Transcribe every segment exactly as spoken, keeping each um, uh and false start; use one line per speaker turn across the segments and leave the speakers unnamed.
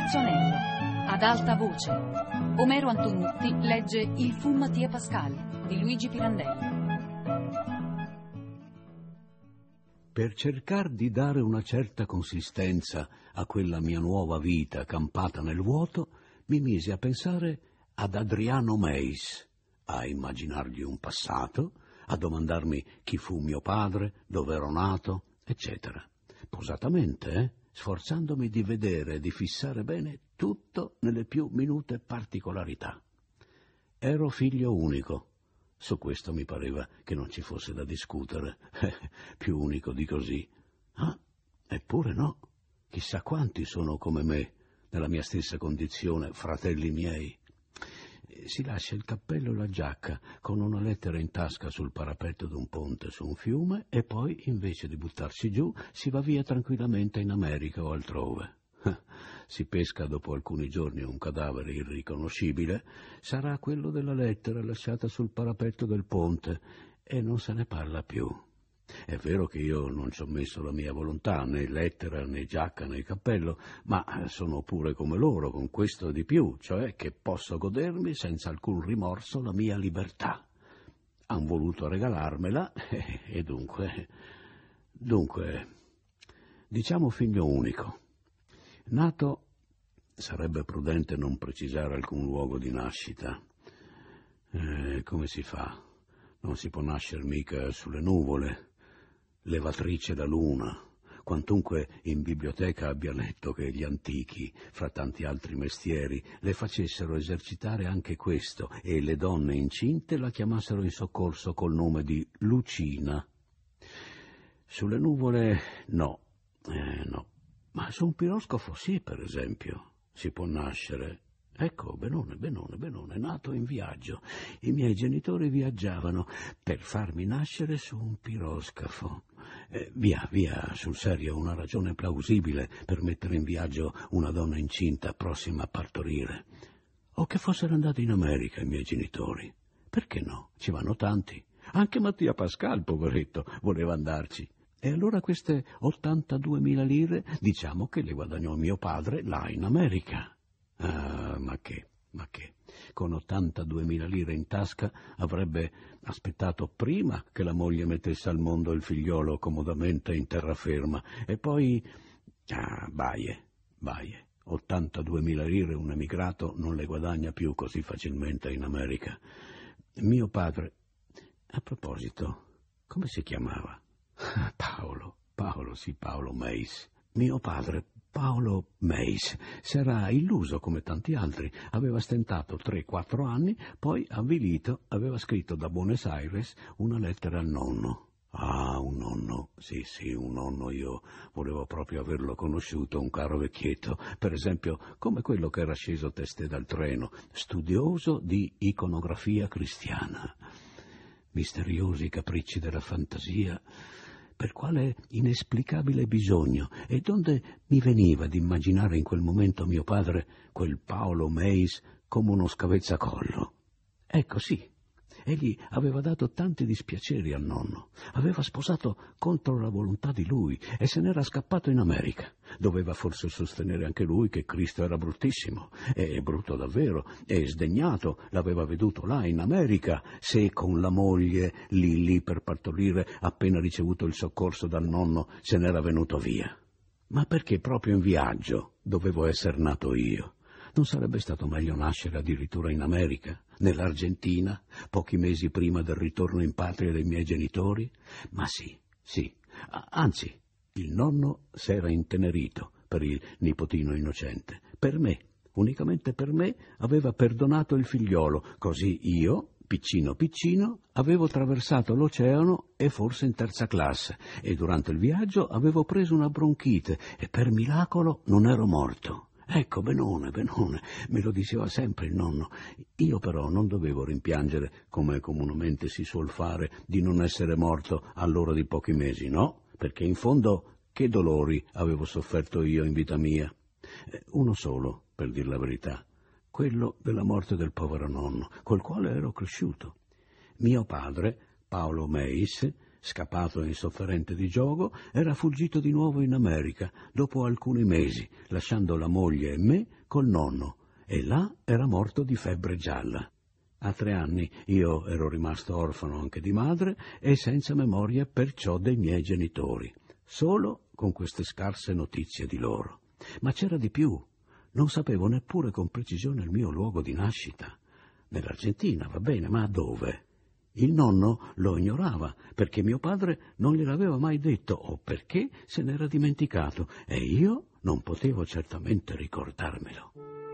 Terzo anello. Ad alta voce. Omero Antonutti legge Il fu Mattia Pascal di Luigi Pirandelli.
Per cercar di dare una certa consistenza a quella mia nuova vita campata nel vuoto, mi misi a pensare ad Adriano Meis, a immaginargli un passato, a domandarmi chi fu mio padre, dove ero nato, eccetera. Posatamente, eh? Sforzandomi di vedere e di fissare bene tutto nelle più minute particolarità. Ero figlio unico. Su questo mi pareva che non ci fosse da discutere. Più unico di così. Ah, eppure no. Chissà quanti sono come me, nella mia stessa condizione, fratelli miei. Si lascia il cappello e la giacca con una lettera in tasca sul parapetto d'un ponte su un fiume e poi, invece di buttarsi giù, si va via tranquillamente in America o altrove. Si pesca dopo alcuni giorni un cadavere irriconoscibile, sarà quello della lettera lasciata sul parapetto del ponte e non se ne parla più. È vero che io non ci ho messo la mia volontà, né lettera, né giacca, né cappello, ma sono pure come loro, con questo di più, cioè che posso godermi senza alcun rimorso la mia libertà. Han voluto regalarmela e, e dunque... Dunque, diciamo figlio unico. Nato, sarebbe prudente non precisare alcun luogo di nascita. Eh, come si fa? Non si può nascere mica sulle nuvole. Levatrice da luna, quantunque in biblioteca abbia letto che gli antichi, fra tanti altri mestieri, le facessero esercitare anche questo e le donne incinte la chiamassero in soccorso col nome di Lucina. Sulle nuvole no, eh, no, ma su un piroscafo sì, per esempio, si può nascere. Ecco, benone, benone, benone, nato in viaggio. I miei genitori viaggiavano per farmi nascere su un piroscafo. Eh, via, via, sul serio, una ragione plausibile per mettere in viaggio una donna incinta prossima a partorire. O che fossero andati in America i miei genitori. Perché no? Ci vanno tanti. Anche Mattia Pascal, poveretto, voleva andarci. E allora queste ottantaduemila lire, diciamo che le guadagnò mio padre là in America. Ah, ma che, ma che, con ottantaduemila lire in tasca avrebbe aspettato prima che la moglie mettesse al mondo il figliolo comodamente in terraferma e poi, ah, baie, baie, ottantaduemila lire un emigrato non le guadagna più così facilmente in America. Mio padre, a proposito, come si chiamava? Paolo, Paolo, sì, Paolo Meis. Mio padre, Paolo Meis, s'era illuso come tanti altri, aveva stentato tre quattro anni, poi avvilito aveva scritto da Buenos Aires una lettera al nonno. Ah, un nonno, sì, sì, un nonno, io volevo proprio averlo conosciuto, un caro vecchietto, per esempio come quello che era sceso testé dal treno, studioso di iconografia cristiana. Misteriosi capricci della fantasia, per quale inesplicabile bisogno, e donde mi veniva di immaginare in quel momento mio padre, quel Paolo Meis, come uno scavezzacollo. Ecco, sì, egli aveva dato tanti dispiaceri al nonno, aveva sposato contro la volontà di lui e se n'era scappato in America. Doveva forse sostenere anche lui che Cristo era bruttissimo, e brutto davvero, e sdegnato, l'aveva veduto là in America, se con la moglie lì lì per partorire, appena ricevuto il soccorso dal nonno, se n'era venuto via. Ma perché proprio in viaggio dovevo essere nato io? Non sarebbe stato meglio nascere addirittura in America, nell'Argentina, pochi mesi prima del ritorno in patria dei miei genitori? Ma sì, sì, anzi, il nonno s'era intenerito per il nipotino innocente. Per me, unicamente per me, aveva perdonato il figliolo, così io, piccino piccino, avevo attraversato l'oceano e forse in terza classe, e durante il viaggio avevo preso una bronchite e per miracolo non ero morto. Ecco, benone, benone, me lo diceva sempre il nonno. Io però non dovevo rimpiangere, come comunemente si suol fare, di non essere morto all'ora di pochi mesi, no? Perché in fondo che dolori avevo sofferto io in vita mia? Uno solo, per dir la verità, quello della morte del povero nonno, col quale ero cresciuto. Mio padre, Paolo Meis, scappato insofferente di gioco, era fuggito di nuovo in America dopo alcuni mesi, lasciando la moglie e me col nonno, e là era morto di febbre gialla. A tre anni io ero rimasto orfano anche di madre e senza memoria perciò dei miei genitori, solo con queste scarse notizie di loro. Ma c'era di più, non sapevo neppure con precisione il mio luogo di nascita. Nell'Argentina, va bene, ma dove? Il nonno lo ignorava, perché mio padre non gliel'aveva mai detto o perché se n'era dimenticato, e io non potevo certamente ricordarmelo.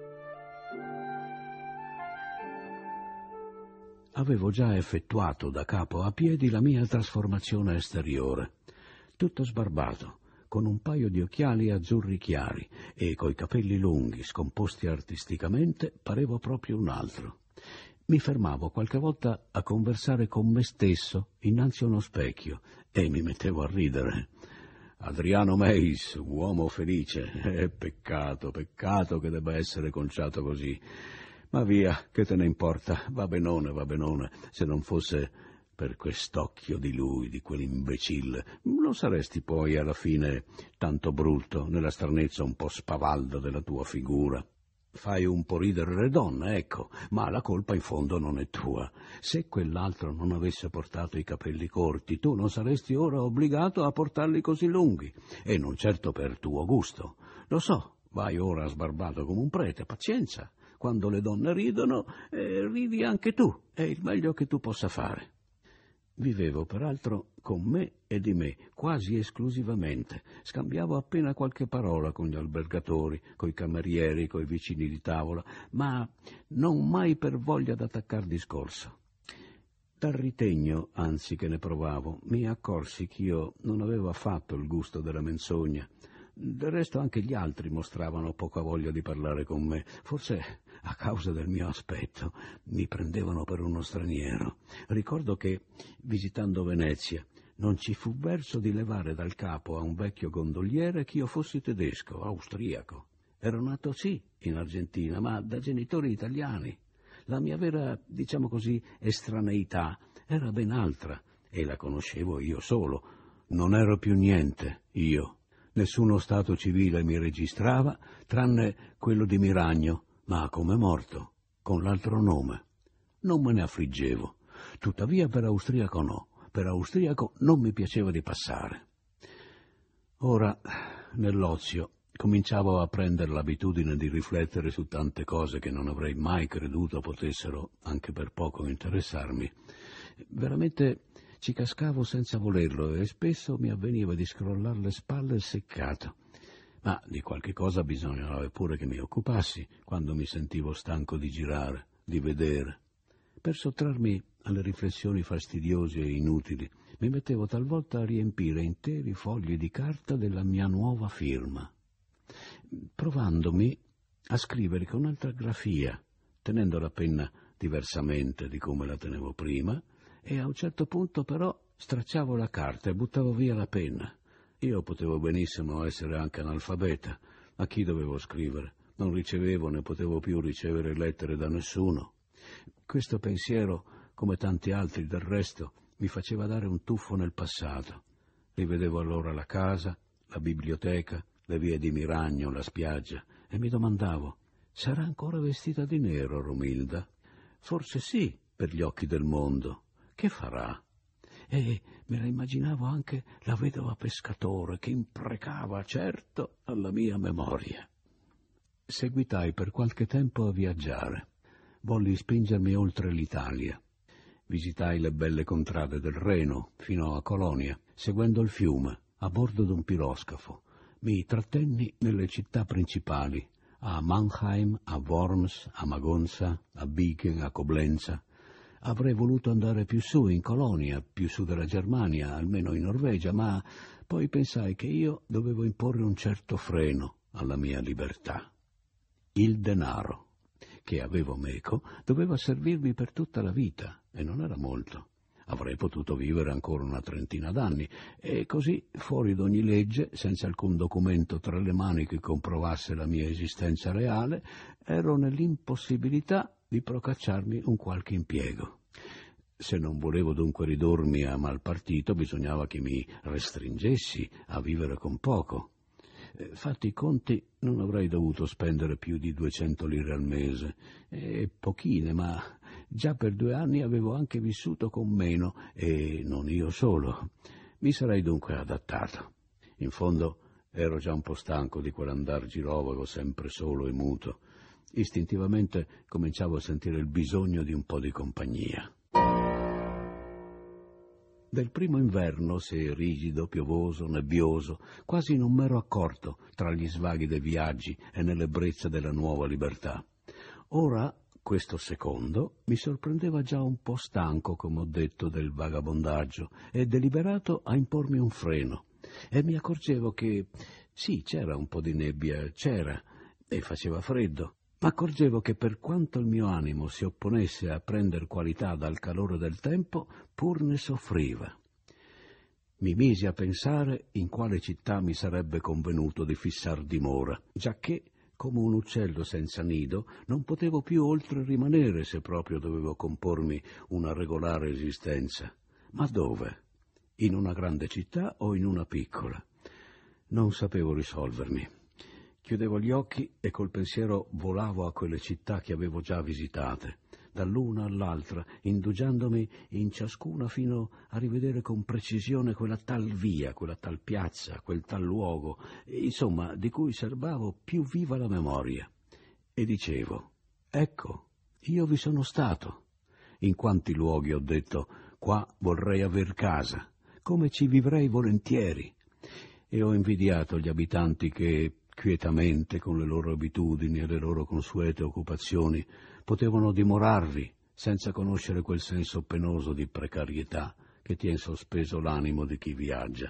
Avevo già effettuato da capo a piedi la mia trasformazione esteriore, tutto sbarbato, con un paio di occhiali azzurri chiari e coi capelli lunghi, scomposti artisticamente, parevo proprio un altro. Mi fermavo qualche volta a conversare con me stesso innanzi a uno specchio e mi mettevo a ridere. Adriano Meis, uomo felice, eh, peccato, peccato che debba essere conciato così. Ma via, che te ne importa, va benone, va benone, se non fosse per quest'occhio di lui, di quell'imbecille, non saresti poi alla fine tanto brutto, nella stranezza un po' spavalda della tua figura. Fai un po' ridere le donne, ecco, ma la colpa in fondo non è tua. Se quell'altro non avesse portato i capelli corti, tu non saresti ora obbligato a portarli così lunghi, e non certo per tuo gusto. Lo so, vai ora sbarbato come un prete, pazienza. Quando le donne ridono, eh, ridi anche tu, è il meglio che tu possa fare. Vivevo peraltro con me e di me, quasi esclusivamente. Scambiavo appena qualche parola con gli albergatori, coi camerieri, coi vicini di tavola, ma non mai per voglia d'attaccar discorso. Dal ritegno, anzi, che ne provavo, mi accorsi ch'io non avevo affatto il gusto della menzogna. Del resto anche gli altri mostravano poca voglia di parlare con me, forse a causa del mio aspetto, mi prendevano per uno straniero. Ricordo che, visitando Venezia, non ci fu verso di levare dal capo a un vecchio gondoliere che io fossi tedesco, austriaco. Ero nato sì in Argentina, ma da genitori italiani. La mia vera, diciamo così, estraneità era ben altra, e la conoscevo io solo. Non ero più niente, io. Nessuno stato civile mi registrava, tranne quello di Miragno, ma come morto, con l'altro nome. Non me ne affliggevo. Tuttavia per austriaco no, per austriaco non mi piaceva di passare. Ora, nell'ozio, cominciavo a prendere l'abitudine di riflettere su tante cose che non avrei mai creduto potessero, anche per poco, interessarmi. Veramente ci cascavo senza volerlo e spesso mi avveniva di scrollar le spalle seccato. Ma di qualche cosa bisognava pure che mi occupassi quando mi sentivo stanco di girare, di vedere. Per sottrarmi alle riflessioni fastidiose e inutili, mi mettevo talvolta a riempire interi fogli di carta della mia nuova firma, provandomi a scrivere con altra grafia, tenendo la penna diversamente di come la tenevo prima, e a un certo punto però stracciavo la carta e buttavo via la penna. Io potevo benissimo essere anche analfabeta, a chi dovevo scrivere? Non ricevevo né potevo più ricevere lettere da nessuno. Questo pensiero, come tanti altri del resto, mi faceva dare un tuffo nel passato. Rivedevo allora la casa, la biblioteca, le vie di Miragno, la spiaggia, e mi domandavo, sarà ancora vestita di nero Romilda? Forse sì, per gli occhi del mondo. Che farà? E me la immaginavo anche la vedova pescatore che imprecava, certo, alla mia memoria. Seguitai per qualche tempo a viaggiare. Volli spingermi oltre l'Italia. Visitai le belle contrade del Reno fino a Colonia, seguendo il fiume, a bordo d'un piroscafo. Mi trattenni nelle città principali, a Mannheim, a Worms, a Magonza, a Biken, a Coblenza. Avrei voluto andare più su, in Colonia, più su della Germania, almeno in Norvegia, ma poi pensai che io dovevo imporre un certo freno alla mia libertà. Il denaro, che avevo meco, doveva servirmi per tutta la vita, e non era molto. Avrei potuto vivere ancora una trentina d'anni, e così, fuori d'ogni legge, senza alcun documento tra le mani che comprovasse la mia esistenza reale, ero nell'impossibilità di procacciarmi un qualche impiego. Se non volevo dunque ridurmi a malpartito, bisognava che mi restringessi a vivere con poco. Fatti i conti, non avrei dovuto spendere più di duecento lire al mese, e pochine, ma già per due anni avevo anche vissuto con meno, e non io solo. Mi sarei dunque adattato. In fondo ero già un po' stanco di quell'andar girovago sempre solo e muto. Istintivamente cominciavo a sentire il bisogno di un po' di compagnia. Del primo inverno, se rigido, piovoso, nebbioso, quasi non m'ero accorto tra gli svaghi dei viaggi e nell'ebbrezza della nuova libertà. Ora, questo secondo, mi sorprendeva già un po' stanco, come ho detto, del vagabondaggio e deliberato a impormi un freno. E mi accorgevo che, sì, c'era un po' di nebbia, c'era, e faceva freddo, ma accorgevo che per quanto il mio animo si opponesse a prender qualità dal calore del tempo, pur ne soffriva. Mi misi a pensare in quale città mi sarebbe convenuto di fissar dimora, giacché, come un uccello senza nido, non potevo più oltre rimanere se proprio dovevo compormi una regolare esistenza. Ma dove? In una grande città o in una piccola? Non sapevo risolvermi. Chiudevo gli occhi e col pensiero volavo a quelle città che avevo già visitate, dall'una all'altra, indugiandomi in ciascuna fino a rivedere con precisione quella tal via, quella tal piazza, quel tal luogo, insomma, di cui serbavo più viva la memoria. E dicevo, ecco, io vi sono stato. In quanti luoghi ho detto, qua vorrei aver casa, come ci vivrei volentieri. E ho invidiato gli abitanti che, quietamente, con le loro abitudini e le loro consuete occupazioni, potevano dimorarvi senza conoscere quel senso penoso di precarietà che tien sospeso l'animo di chi viaggia.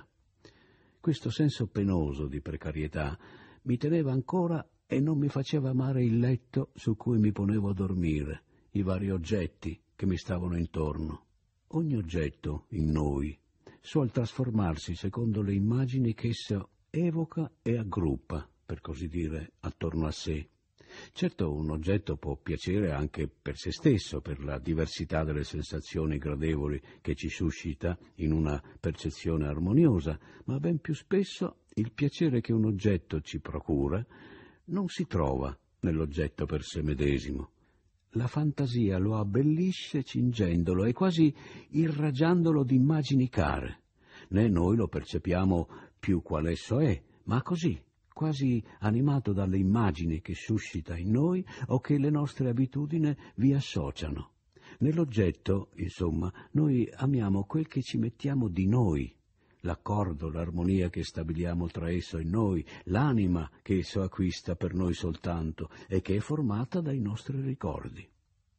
Questo senso penoso di precarietà mi teneva ancora e non mi faceva amare il letto su cui mi ponevo a dormire, i vari oggetti che mi stavano intorno. Ogni oggetto in noi suol trasformarsi secondo le immagini che esso evoca e aggruppa, per così dire, attorno a sé. Certo, un oggetto può piacere anche per se stesso, per la diversità delle sensazioni gradevoli che ci suscita in una percezione armoniosa, ma ben più spesso il piacere che un oggetto ci procura non si trova nell'oggetto per sé medesimo. La fantasia lo abbellisce cingendolo e quasi irraggiandolo di immagini care. Né noi lo percepiamo più qual esso è, ma così, quasi animato dalle immagini che suscita in noi o che le nostre abitudini vi associano. Nell'oggetto, insomma, noi amiamo quel che ci mettiamo di noi, l'accordo, l'armonia che stabiliamo tra esso e noi, l'anima che esso acquista per noi soltanto e che è formata dai nostri ricordi.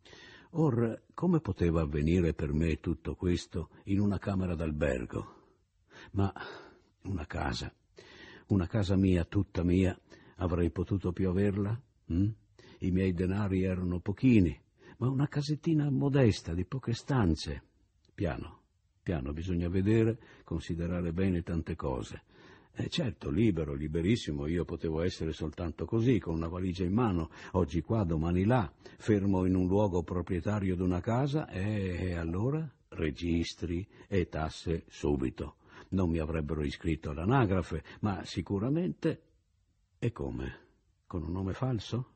Or, come poteva avvenire per me tutto questo in una camera d'albergo? Ma una casa, una casa mia, tutta mia, avrei potuto più averla? Hm? I miei denari erano pochini, ma una casettina modesta di poche stanze. Piano, piano, bisogna vedere, considerare bene tante cose. Eh, certo, libero, liberissimo, io potevo essere soltanto così, con una valigia in mano, oggi qua, domani là, fermo in un luogo proprietario d'una casa, e, e allora registri e tasse subito. Non mi avrebbero iscritto all'anagrafe, ma sicuramente... E come? Con un nome falso?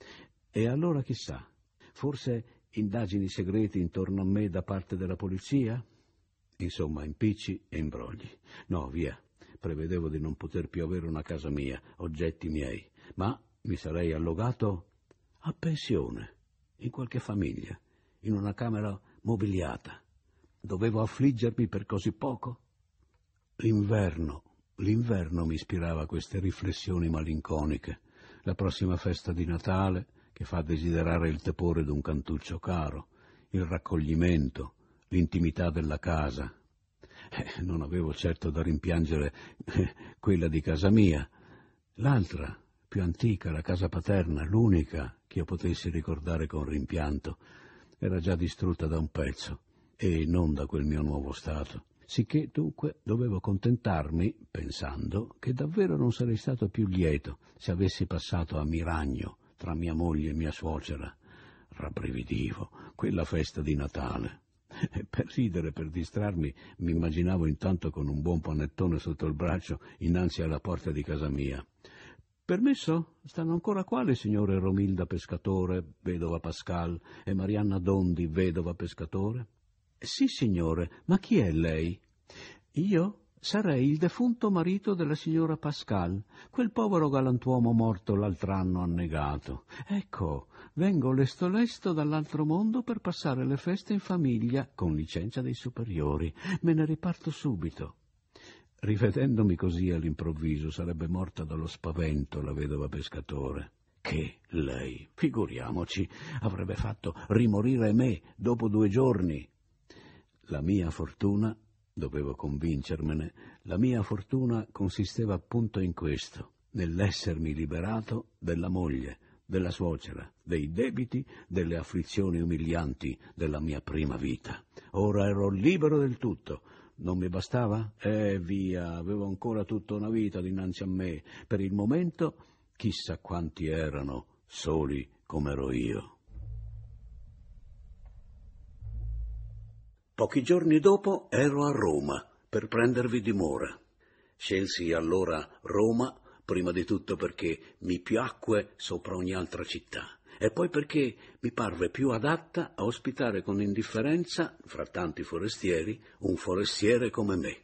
E allora chissà, forse indagini segreti intorno a me da parte della polizia? Insomma, impicci e imbrogli. No, via, prevedevo di non poter più avere una casa mia, oggetti miei, ma mi sarei allogato a pensione, in qualche famiglia, in una camera mobiliata. Dovevo affliggermi per così poco? L'inverno, l'inverno mi ispirava queste riflessioni malinconiche, la prossima festa di Natale che fa desiderare il tepore d'un cantuccio caro, il raccoglimento, l'intimità della casa. Eh, non avevo certo da rimpiangere eh, quella di casa mia, l'altra, più antica, la casa paterna, l'unica che io potessi ricordare con rimpianto, era già distrutta da un pezzo e non da quel mio nuovo stato. Sicché dunque dovevo contentarmi, pensando che davvero non sarei stato più lieto se avessi passato a Miragno tra mia moglie e mia suocera. Rabbrividivo, quella festa di Natale. E per ridere, per distrarmi, mi immaginavo intanto con un buon panettone sotto il braccio innanzi alla porta di casa mia. Permesso? Stanno ancora qua le signore Romilda Pescatore, vedova Pascal, e Marianna Dondi, vedova Pescatore? Sì, signore, ma chi è lei? Io sarei il defunto marito della signora Pascal, quel povero galantuomo morto l'altr'anno annegato. Ecco, vengo lesto lesto dall'altro mondo per passare le feste in famiglia, con licenza dei superiori. Me ne riparto subito. Rivedendomi così all'improvviso, sarebbe morta dallo spavento la vedova Pescatore. Che lei, figuriamoci, avrebbe fatto rimorire me dopo due giorni. La mia fortuna, dovevo convincermene, la mia fortuna consisteva appunto in questo, nell'essermi liberato della moglie, della suocera, dei debiti, delle afflizioni umilianti della mia prima vita. Ora ero libero del tutto. Non mi bastava? Eh, via, avevo ancora tutta una vita dinanzi a me. Per il momento, chissà quanti erano soli come ero io. Pochi giorni dopo ero a Roma per prendervi dimora. Scelsi allora Roma, prima di tutto perché mi piacque sopra ogni altra città, e poi perché mi parve più adatta a ospitare con indifferenza, fra tanti forestieri, un forestiere come me.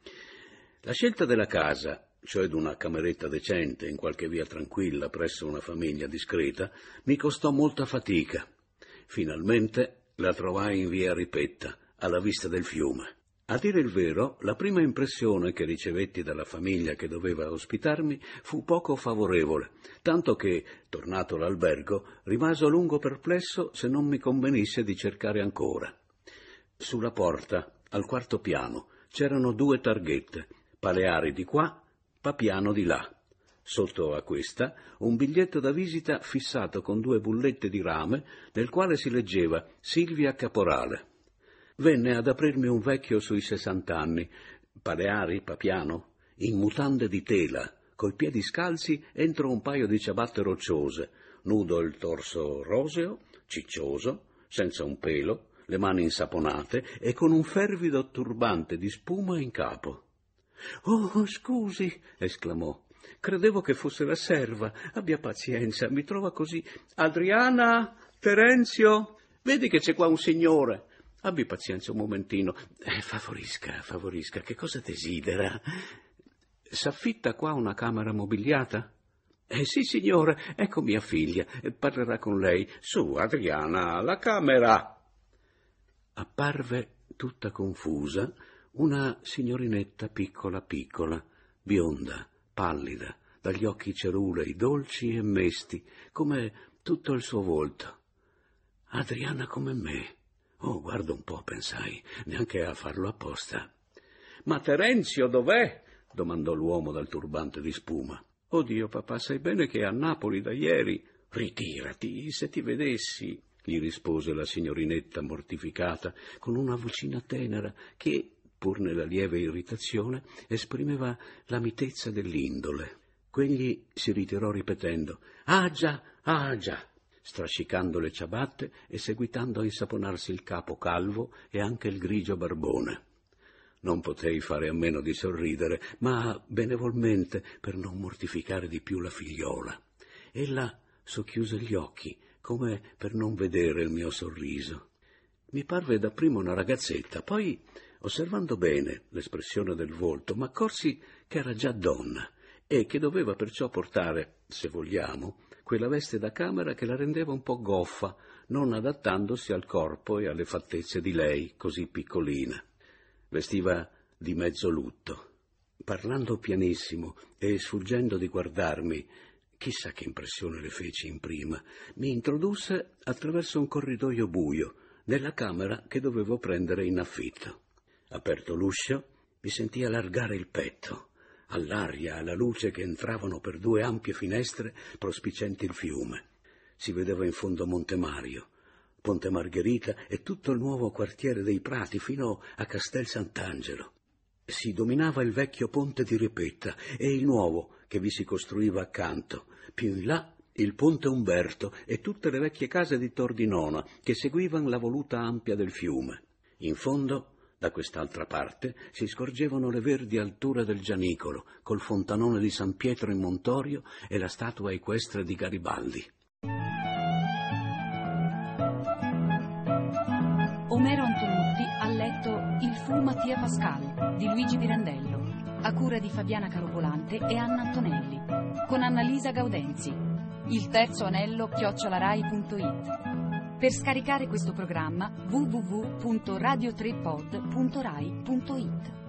La scelta della casa, cioè d'una cameretta decente in qualche via tranquilla presso una famiglia discreta, mi costò molta fatica. Finalmente la trovai in via Ripetta, alla vista del fiume. A dire il vero, la prima impressione che ricevetti dalla famiglia che doveva ospitarmi fu poco favorevole, tanto che, tornato l'albergo, rimaso a lungo perplesso se non mi convenisse di cercare ancora. Sulla porta, al quarto piano, c'erano due targhette, Paleari di qua, Papiano di là. Sotto a questa un biglietto da visita fissato con due bullette di rame, nel quale si leggeva Silvia Caporale. Venne ad aprirmi un vecchio sui sessant'anni, Paleari, Papiano, in mutande di tela, coi piedi scalzi entro un paio di ciabatte rocciose, nudo il torso roseo, ciccioso, senza un pelo, le mani insaponate e con un fervido turbante di spuma in capo. «Oh, scusi!» esclamò. «Credevo che fosse la serva. Abbia pazienza, mi trova così. Adriana, Terenzio, vedi che c'è qua un signore. Abbi pazienza un momentino. Eh, favorisca, favorisca, che cosa desidera? S'affitta qua una camera mobiliata?» «Eh sì, signore, ecco mia figlia, parlerà con lei. Su, Adriana, la camera!» Apparve, tutta confusa, una signorinetta piccola piccola, bionda, pallida, dagli occhi cerulei, dolci e mesti, come tutto il suo volto. Adriana come me. Oh, guarda un po', pensai, neanche a farlo apposta. «Ma Terenzio dov'è?» domandò l'uomo dal turbante di spuma. «Oh Dio, papà, sai bene che è a Napoli da ieri». «Ritirati, se ti vedessi», gli rispose la signorinetta mortificata, con una vocina tenera che, pur nella lieve irritazione, esprimeva la mitezza dell'indole. Quegli si ritirò ripetendo «Ah già, ah già», strascicando le ciabatte e seguitando a insaponarsi il capo calvo e anche il grigio barbone. Non potei fare a meno di sorridere, ma benevolmente per non mortificare di più la figliola. Ella socchiuse gli occhi, come per non vedere il mio sorriso. Mi parve dapprima una ragazzetta, poi, osservando bene l'espressione del volto, m'accorsi che era già donna e che doveva perciò portare, se vogliamo, quella veste da camera che la rendeva un po' goffa, non adattandosi al corpo e alle fattezze di lei, così piccolina. Vestiva di mezzo lutto. Parlando pianissimo e sfuggendo di guardarmi, chissà che impressione le feci in prima, mi introdusse attraverso un corridoio buio nella camera che dovevo prendere in affitto. Aperto l'uscio, mi sentii allargare il petto, all'aria, alla luce che entravano per due ampie finestre prospicienti il fiume. Si vedeva in fondo Monte Mario, Ponte Margherita e tutto il nuovo quartiere dei Prati fino a Castel Sant'Angelo. Si dominava il vecchio ponte di Ripetta e il nuovo che vi si costruiva accanto. Più in là il ponte Umberto e tutte le vecchie case di Tordinona che seguivano la voluta ampia del fiume. In fondo, da quest'altra parte, si scorgevano le verdi alture del Gianicolo, col fontanone di San Pietro in Montorio e la statua equestre di Garibaldi.
Omero Antonutti ha letto Il fu Mattia Pascal di Luigi Pirandello, a cura di Fabiana Carobolante e Anna Antonelli, con Annalisa Gaudenzi. Il terzo anello chiocciolarai punto it. Per scaricare questo programma w w w punto radio tre pod punto rai punto it.